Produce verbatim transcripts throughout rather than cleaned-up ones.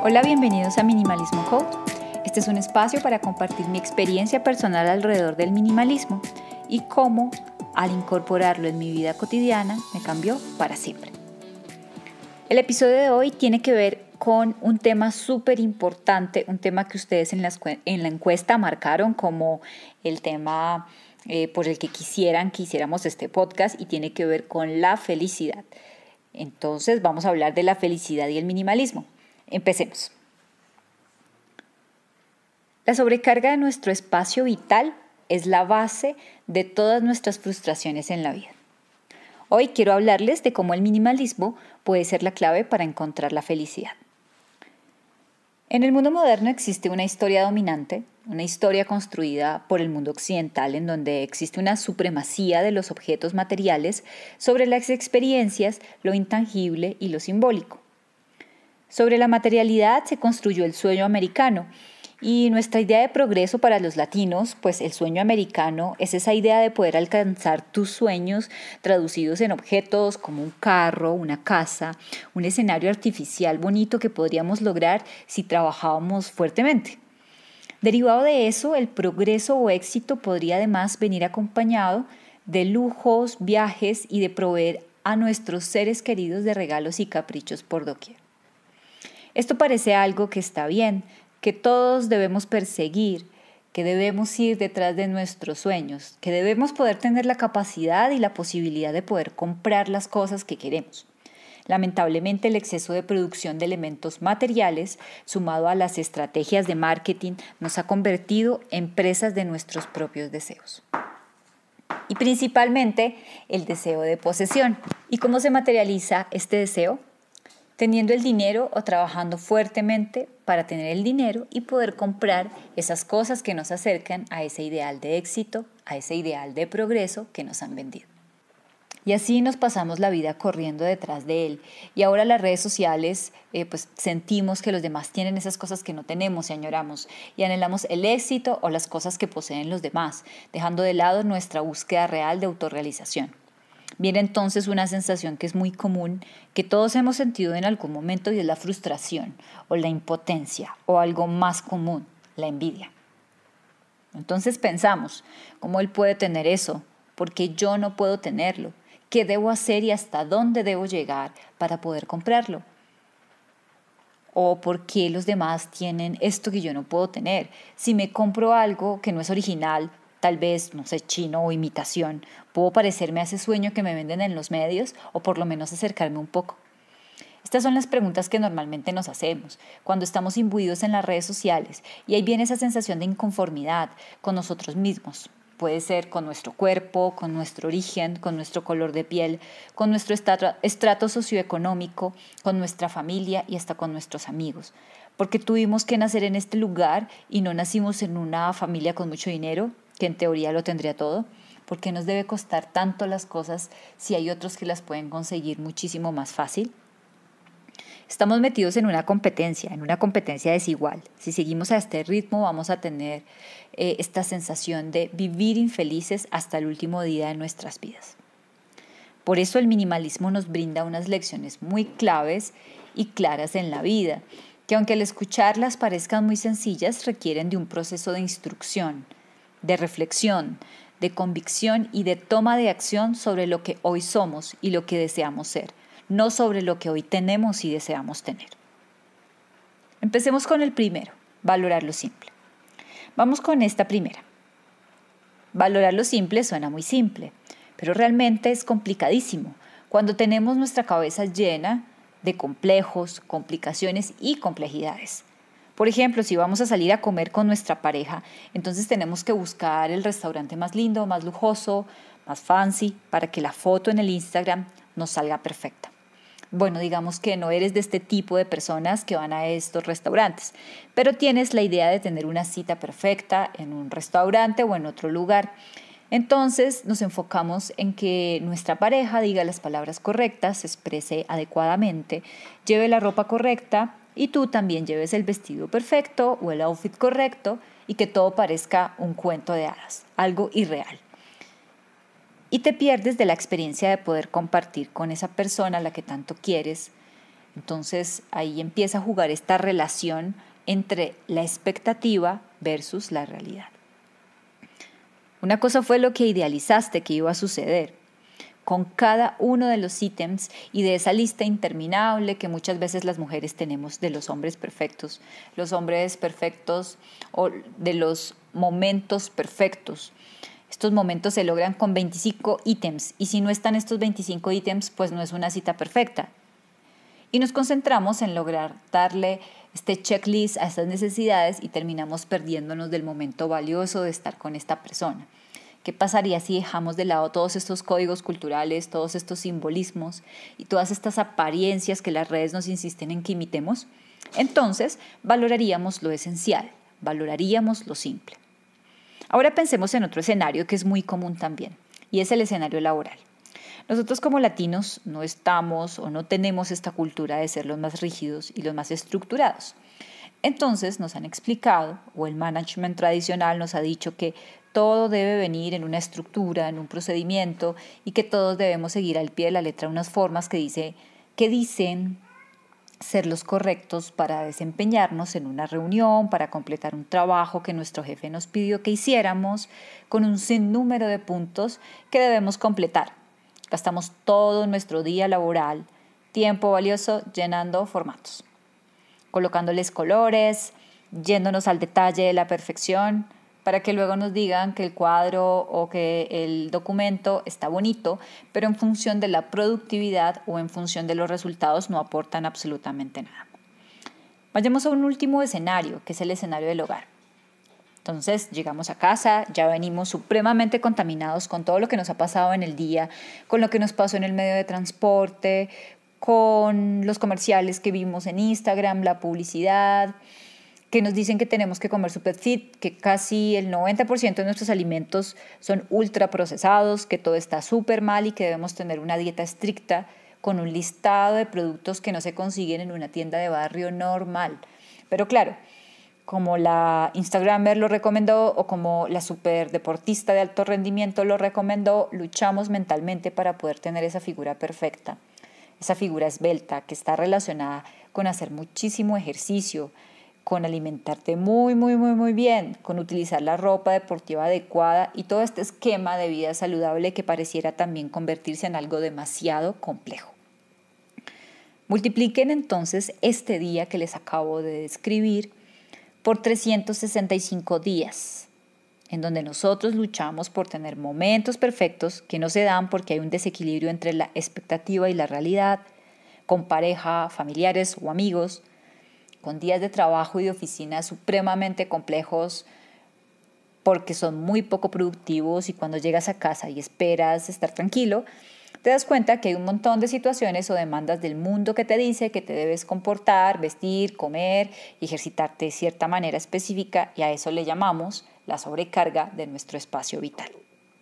Hola, bienvenidos a Minimalismo Code. Este es un espacio para compartir mi experiencia personal alrededor del minimalismo y cómo, al incorporarlo en mi vida cotidiana, me cambió para siempre. El episodio de hoy tiene que ver con un tema súper importante, un tema que ustedes en la, en la encuesta marcaron como el tema eh, por el que quisieran que hiciéramos este podcast, y tiene que ver con la felicidad. Entonces vamos a hablar de la felicidad y el minimalismo. Empecemos. La sobrecarga de nuestro espacio vital es la base de todas nuestras frustraciones en la vida. Hoy quiero hablarles de cómo el minimalismo puede ser la clave para encontrar la felicidad. En el mundo moderno existe una historia dominante, una historia construida por el mundo occidental en donde existe una supremacía de los objetos materiales sobre las experiencias, lo intangible y lo simbólico. Sobre la materialidad se construyó el sueño americano, y nuestra idea de progreso para los latinos, pues el sueño americano es esa idea de poder alcanzar tus sueños traducidos en objetos como un carro, una casa, un escenario artificial bonito que podríamos lograr si trabajábamos fuertemente. Derivado de eso, el progreso o éxito podría además venir acompañado de lujos, viajes y de proveer a nuestros seres queridos de regalos y caprichos por doquier. Esto parece algo que está bien, que todos debemos perseguir, que debemos ir detrás de nuestros sueños, que debemos poder tener la capacidad y la posibilidad de poder comprar las cosas que queremos. Lamentablemente, el exceso de producción de elementos materiales, sumado a las estrategias de marketing, nos ha convertido en presas de nuestros propios deseos. Y principalmente el deseo de posesión. ¿Y cómo se materializa este deseo? Teniendo el dinero o trabajando fuertemente para tener el dinero y poder comprar esas cosas que nos acercan a ese ideal de éxito, a ese ideal de progreso que nos han vendido. Y así nos pasamos la vida corriendo detrás de él. Y ahora las redes sociales, eh, pues sentimos que los demás tienen esas cosas que no tenemos y añoramos. Y anhelamos el éxito o las cosas que poseen los demás, dejando de lado nuestra búsqueda real de autorrealización. Viene entonces una sensación que es muy común, que todos hemos sentido en algún momento, y es la frustración o la impotencia o algo más común, la envidia. Entonces pensamos, ¿cómo él puede tener eso? ¿Por qué yo no puedo tenerlo? ¿Qué debo hacer y hasta dónde debo llegar para poder comprarlo? ¿O por qué los demás tienen esto que yo no puedo tener? Si me compro algo que no es original, tal vez, no sé, chino o imitación, ¿puedo parecerme a ese sueño que me venden en los medios o por lo menos acercarme un poco? Estas son las preguntas que normalmente nos hacemos cuando estamos imbuidos en las redes sociales, y ahí viene esa sensación de inconformidad con nosotros mismos. Puede ser con nuestro cuerpo, con nuestro origen, con nuestro color de piel, con nuestro estrato, estrato socioeconómico, con nuestra familia y hasta con nuestros amigos. Porque tuvimos que nacer en este lugar y no nacimos en una familia con mucho dinero, que en teoría lo tendría todo. ¿Por qué nos debe costar tanto las cosas si hay otros que las pueden conseguir muchísimo más fácil? Estamos metidos en una competencia, en una competencia desigual. Si seguimos a este ritmo, vamos a tener eh, esta sensación de vivir infelices hasta el último día de nuestras vidas. Por eso el minimalismo nos brinda unas lecciones muy claves y claras en la vida, que aunque al escucharlas parezcan muy sencillas, requieren de un proceso de instrucción, de reflexión, de convicción y de toma de acción sobre lo que hoy somos y lo que deseamos ser, no sobre lo que hoy tenemos y deseamos tener. Empecemos con el primero, valorar lo simple. Vamos con esta primera. Valorar lo simple suena muy simple, pero realmente es complicadísimo cuando tenemos nuestra cabeza llena de complejos, complicaciones y complejidades. Por ejemplo, si vamos a salir a comer con nuestra pareja, entonces tenemos que buscar el restaurante más lindo, más lujoso, más fancy, para que la foto en el Instagram nos salga perfecta. Bueno, digamos que no eres de este tipo de personas que van a estos restaurantes, pero tienes la idea de tener una cita perfecta en un restaurante o en otro lugar. Entonces nos enfocamos en que nuestra pareja diga las palabras correctas, se exprese adecuadamente, lleve la ropa correcta, y tú también lleves el vestido perfecto o el outfit correcto, y que todo parezca un cuento de hadas, algo irreal. Y te pierdes de la experiencia de poder compartir con esa persona a la que tanto quieres Entonces ahí empieza a jugar esta relación entre la expectativa versus la realidad. Una cosa fue lo que idealizaste que iba a suceder con cada uno de los ítems y de esa lista interminable que muchas veces las mujeres tenemos de los hombres perfectos, los hombres perfectos o de los momentos perfectos. Estos momentos se logran con veinticinco ítems y si no están estos veinticinco ítems, pues no es una cita perfecta. Y nos concentramos en lograr darle este checklist a estas necesidades y terminamos perdiéndonos del momento valioso de estar con esta persona. ¿Qué pasaría si dejamos de lado todos estos códigos culturales, todos estos simbolismos y todas estas apariencias que las redes nos insisten en que imitemos? Entonces, valoraríamos lo esencial, valoraríamos lo simple. Ahora pensemos en otro escenario que es muy común también, y es el escenario laboral. Nosotros como latinos no estamos o no tenemos esta cultura de ser los más rígidos y los más estructurados. Entonces nos han explicado, o el management tradicional nos ha dicho que todo debe venir en una estructura, en un procedimiento y que todos debemos seguir al pie de la letra unas formas que, dice, que dicen ser los correctos para desempeñarnos en una reunión, para completar un trabajo que nuestro jefe nos pidió que hiciéramos con un sinnúmero de puntos que debemos completar. Gastamos todo nuestro día laboral, tiempo valioso llenando formatos, colocándoles colores, yéndonos al detalle de la perfección, para que luego nos digan que el cuadro o que el documento está bonito, pero en función de la productividad o en función de los resultados no aportan absolutamente nada. Vayamos a un último escenario, que es el escenario del hogar. Entonces llegamos a casa, ya venimos supremamente contaminados con todo lo que nos ha pasado en el día, con lo que nos pasó en el medio de transporte, con los comerciales que vimos en Instagram, la publicidad, que nos dicen que tenemos que comer super fit, que casi el noventa por ciento de nuestros alimentos son ultra procesados, que todo está súper mal y que debemos tener una dieta estricta con un listado de productos que no se consiguen en una tienda de barrio normal. Pero claro, como la Instagramer lo recomendó o como la super deportista de alto rendimiento lo recomendó, luchamos mentalmente para poder tener esa figura perfecta, esa figura esbelta que está relacionada con hacer muchísimo ejercicio, con alimentarte muy, muy, muy, muy bien, con utilizar la ropa deportiva adecuada y todo este esquema de vida saludable que pareciera también convertirse en algo demasiado complejo. Multipliquen entonces este día que les acabo de describir por trescientos sesenta y cinco días, en donde nosotros luchamos por tener momentos perfectos que no se dan porque hay un desequilibrio entre la expectativa y la realidad, con pareja, familiares o amigos, con días de trabajo y de oficina supremamente complejos porque son muy poco productivos y cuando llegas a casa y esperas estar tranquilo, te das cuenta que hay un montón de situaciones o demandas del mundo que te dice que te debes comportar, vestir, comer y ejercitarte de cierta manera específica y a eso le llamamos la sobrecarga de nuestro espacio vital.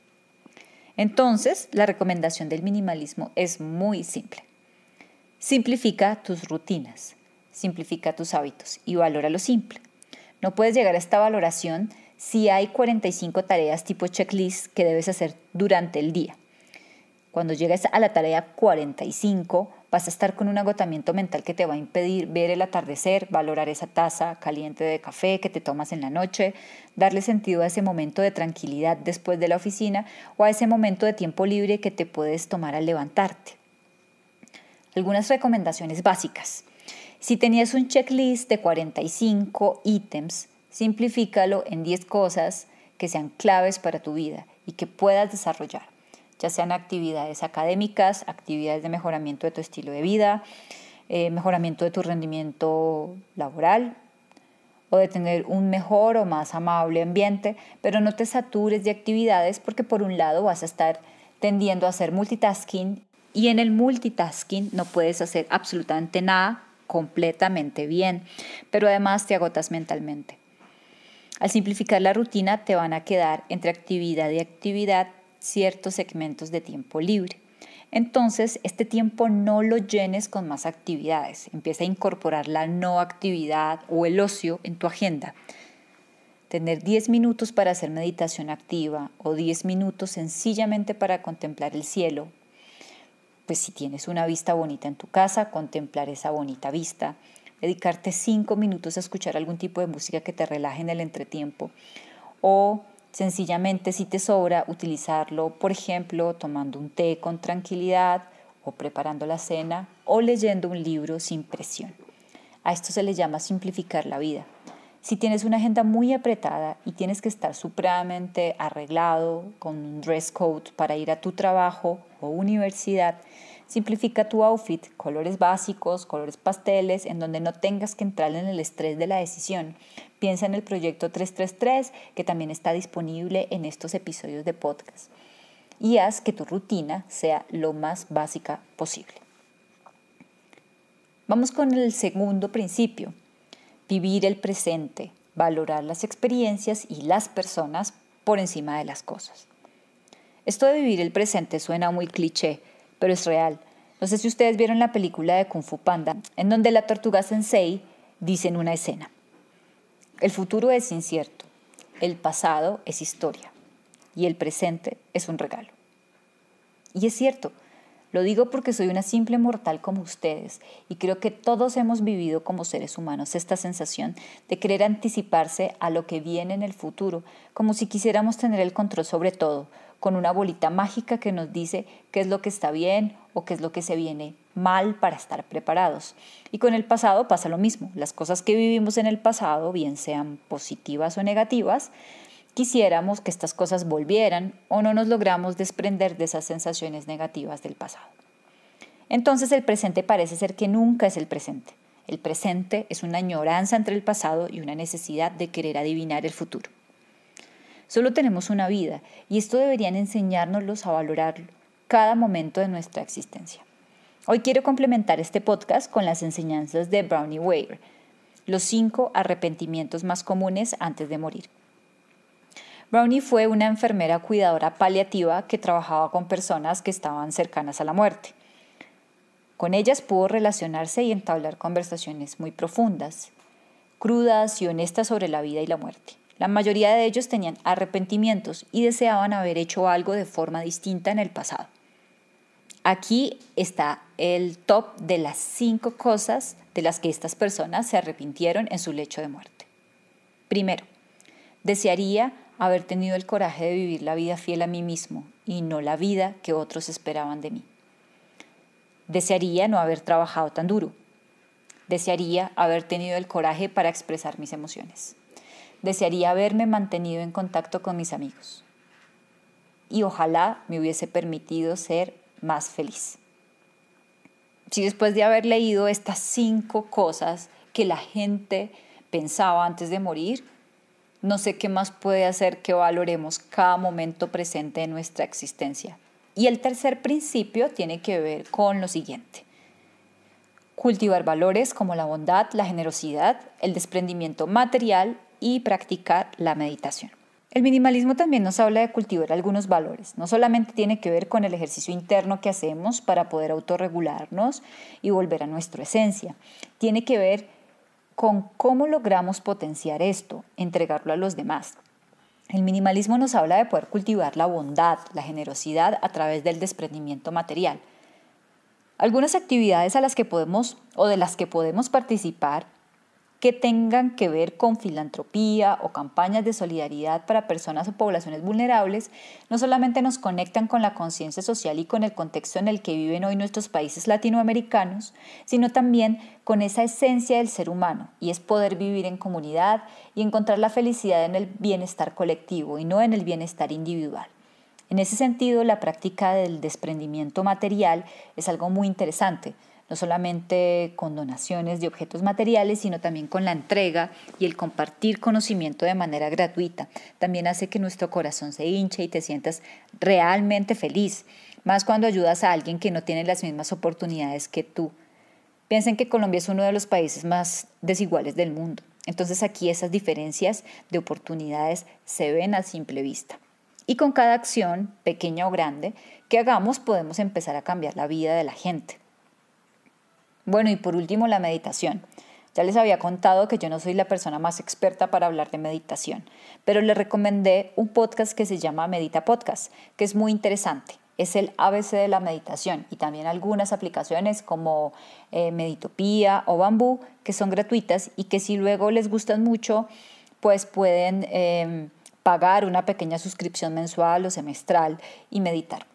Entonces, la recomendación del minimalismo es muy simple. Simplifica tus rutinas. Simplifica tus hábitos y valora lo simple. No puedes llegar a esta valoración si hay cuarenta y cinco tareas tipo checklist que debes hacer durante el día. Cuando llegues a la tarea cuarenta y cinco, vas a estar con un agotamiento mental que te va a impedir ver el atardecer, valorar esa taza caliente de café que te tomas en la noche, darle sentido a ese momento de tranquilidad después de la oficina o a ese momento de tiempo libre que te puedes tomar al levantarte. Algunas recomendaciones básicas. Si tenías un checklist de cuarenta y cinco ítems, simplifícalo en diez cosas que sean claves para tu vida y que puedas desarrollar, ya sean actividades académicas, actividades de mejoramiento de tu estilo de vida, eh, mejoramiento de tu rendimiento laboral o de tener un mejor o más amable ambiente, pero no te satures de actividades porque por un lado vas a estar tendiendo a hacer multitasking y en el multitasking no puedes hacer absolutamente nada completamente bien, pero además te agotas mentalmente. Al simplificar la rutina te van a quedar entre actividad y actividad ciertos segmentos de tiempo libre. Entonces, este tiempo no lo llenes con más actividades. Empieza a incorporar la no actividad o el ocio en tu agenda. Tener diez minutos para hacer meditación activa o diez minutos sencillamente para contemplar el cielo. Pues si tienes una vista bonita en tu casa, contemplar esa bonita vista, dedicarte cinco minutos a escuchar algún tipo de música que te relaje en el entretiempo o sencillamente si te sobra utilizarlo, por ejemplo, tomando un té con tranquilidad o preparando la cena o leyendo un libro sin presión. A esto se le llama simplificar la vida. Si tienes una agenda muy apretada y tienes que estar supremamente arreglado con un dress code para ir a tu trabajo o universidad, simplifica tu outfit, colores básicos, colores pasteles, en donde no tengas que entrar en el estrés de la decisión. Piensa en el proyecto tres tres tres, que también está disponible en estos episodios de podcast. Y haz que tu rutina sea lo más básica posible. Vamos con el segundo principio. Vivir el presente, valorar las experiencias y las personas por encima de las cosas. Esto de vivir el presente suena muy cliché, pero es real. No sé si ustedes vieron la película de Kung Fu Panda, en donde la tortuga sensei dice en una escena: el futuro es incierto, el pasado es historia y el presente es un regalo. Y es cierto. Lo digo porque soy una simple mortal como ustedes y creo que todos hemos vivido como seres humanos esta sensación de querer anticiparse a lo que viene en el futuro, como si quisiéramos tener el control sobre todo, con una bolita mágica que nos dice qué es lo que está bien o qué es lo que se viene mal para estar preparados. Y con el pasado pasa lo mismo. Las cosas que vivimos en el pasado, bien sean positivas o negativas, quisiéramos que estas cosas volvieran o no nos logramos desprender de esas sensaciones negativas del pasado. Entonces el presente parece ser que nunca es el presente. El presente es una añoranza entre el pasado y una necesidad de querer adivinar el futuro. Solo tenemos una vida y esto deberían enseñárnoslos a valorar cada momento de nuestra existencia. Hoy quiero complementar este podcast con las enseñanzas de Bronnie Ware, los cinco arrepentimientos más comunes antes de morir. Bronnie fue una enfermera cuidadora paliativa que trabajaba con personas que estaban cercanas a la muerte. Con ellas pudo relacionarse y entablar conversaciones muy profundas, crudas y honestas sobre la vida y la muerte. La mayoría de ellos tenían arrepentimientos y deseaban haber hecho algo de forma distinta en el pasado. Aquí está el top de las cinco cosas de las que estas personas se arrepintieron en su lecho de muerte. Primero, desearía haber tenido el coraje de vivir la vida fiel a mí mismo y no la vida que otros esperaban de mí. Desearía no haber trabajado tan duro. Desearía haber tenido el coraje para expresar mis emociones. Desearía haberme mantenido en contacto con mis amigos. Y ojalá me hubiese permitido ser más feliz. Si después de haber leído estas cinco cosas que la gente pensaba antes de morir, no sé qué más puede hacer que valoremos cada momento presente de nuestra existencia. Y el tercer principio tiene que ver con lo siguiente: cultivar valores como la bondad, la generosidad, el desprendimiento material y practicar la meditación. El minimalismo también nos habla de cultivar algunos valores. No solamente tiene que ver con el ejercicio interno que hacemos para poder autorregularnos y volver a nuestra esencia. Tiene que ver con cómo logramos potenciar esto, entregarlo a los demás. El minimalismo nos habla de poder cultivar la bondad, la generosidad a través del desprendimiento material. Algunas actividades a las que podemos o de las que podemos participar que tengan que ver con filantropía o campañas de solidaridad para personas o poblaciones vulnerables, no solamente nos conectan con la conciencia social y con el contexto en el que viven hoy nuestros países latinoamericanos, sino también con esa esencia del ser humano, y es poder vivir en comunidad y encontrar la felicidad en el bienestar colectivo y no en el bienestar individual. En ese sentido, la práctica del desprendimiento material es algo muy interesante, no solamente con donaciones de objetos materiales, sino también con la entrega y el compartir conocimiento de manera gratuita. También hace que nuestro corazón se hinche y te sientas realmente feliz, más cuando ayudas a alguien que no tiene las mismas oportunidades que tú. Piensen que Colombia es uno de los países más desiguales del mundo. Entonces aquí esas diferencias de oportunidades se ven a simple vista. Y con cada acción, pequeña o grande, que hagamos podemos empezar a cambiar la vida de la gente. Bueno, y por último, la meditación. Ya les había contado que yo no soy la persona más experta para hablar de meditación, pero les recomendé un podcast que se llama Medita Podcast, que es muy interesante. Es el A B C de la meditación y también algunas aplicaciones como eh, Meditopía o Bambú que son gratuitas y que si luego les gustan mucho, pues pueden eh, pagar una pequeña suscripción mensual o semestral y meditar.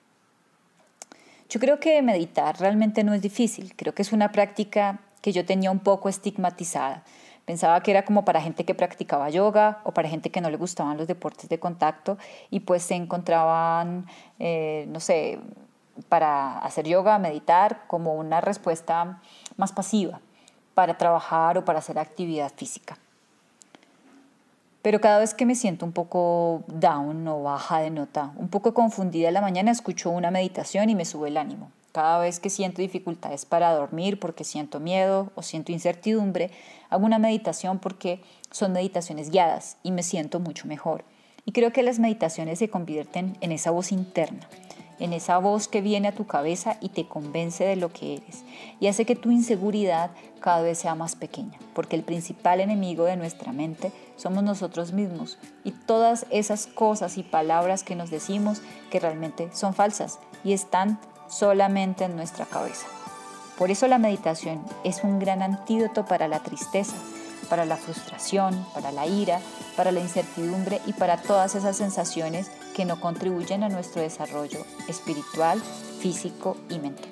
Yo creo que meditar realmente no es difícil, creo que es una práctica que yo tenía un poco estigmatizada. Pensaba que era como para gente que practicaba yoga o para gente que no le gustaban los deportes de contacto y pues se encontraban, eh, no sé, para hacer yoga, meditar, como una respuesta más pasiva para trabajar o para hacer actividad física. Pero cada vez que me siento un poco down o baja de nota, un poco confundida en la mañana, escucho una meditación y me sube el ánimo. Cada vez que siento dificultades para dormir porque siento miedo o siento incertidumbre, hago una meditación porque son meditaciones guiadas y me siento mucho mejor. Y creo que las meditaciones se convierten en esa voz interna, en esa voz que viene a tu cabeza y te convence de lo que eres y hace que tu inseguridad cada vez sea más pequeña, porque el principal enemigo de nuestra mente somos nosotros mismos y todas esas cosas y palabras que nos decimos que realmente son falsas y están solamente en nuestra cabeza. Por eso la meditación es un gran antídoto para la tristeza, para la frustración, para la ira, para la incertidumbre y para todas esas sensaciones que no contribuyen a nuestro desarrollo espiritual, físico y mental.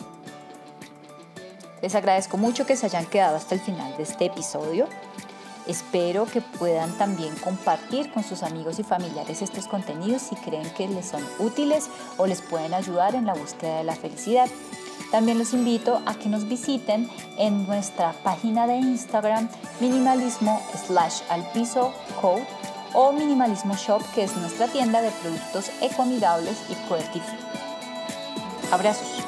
Les agradezco mucho que se hayan quedado hasta el final de este episodio. Espero que puedan también compartir con sus amigos y familiares estos contenidos si creen que les son útiles o les pueden ayudar en la búsqueda de la felicidad. También los invito a que nos visiten en nuestra página de Instagram minimalismo slash al piso code o minimalismo shop, que es nuestra tienda de productos ecoamigables y cruelty free. Abrazos.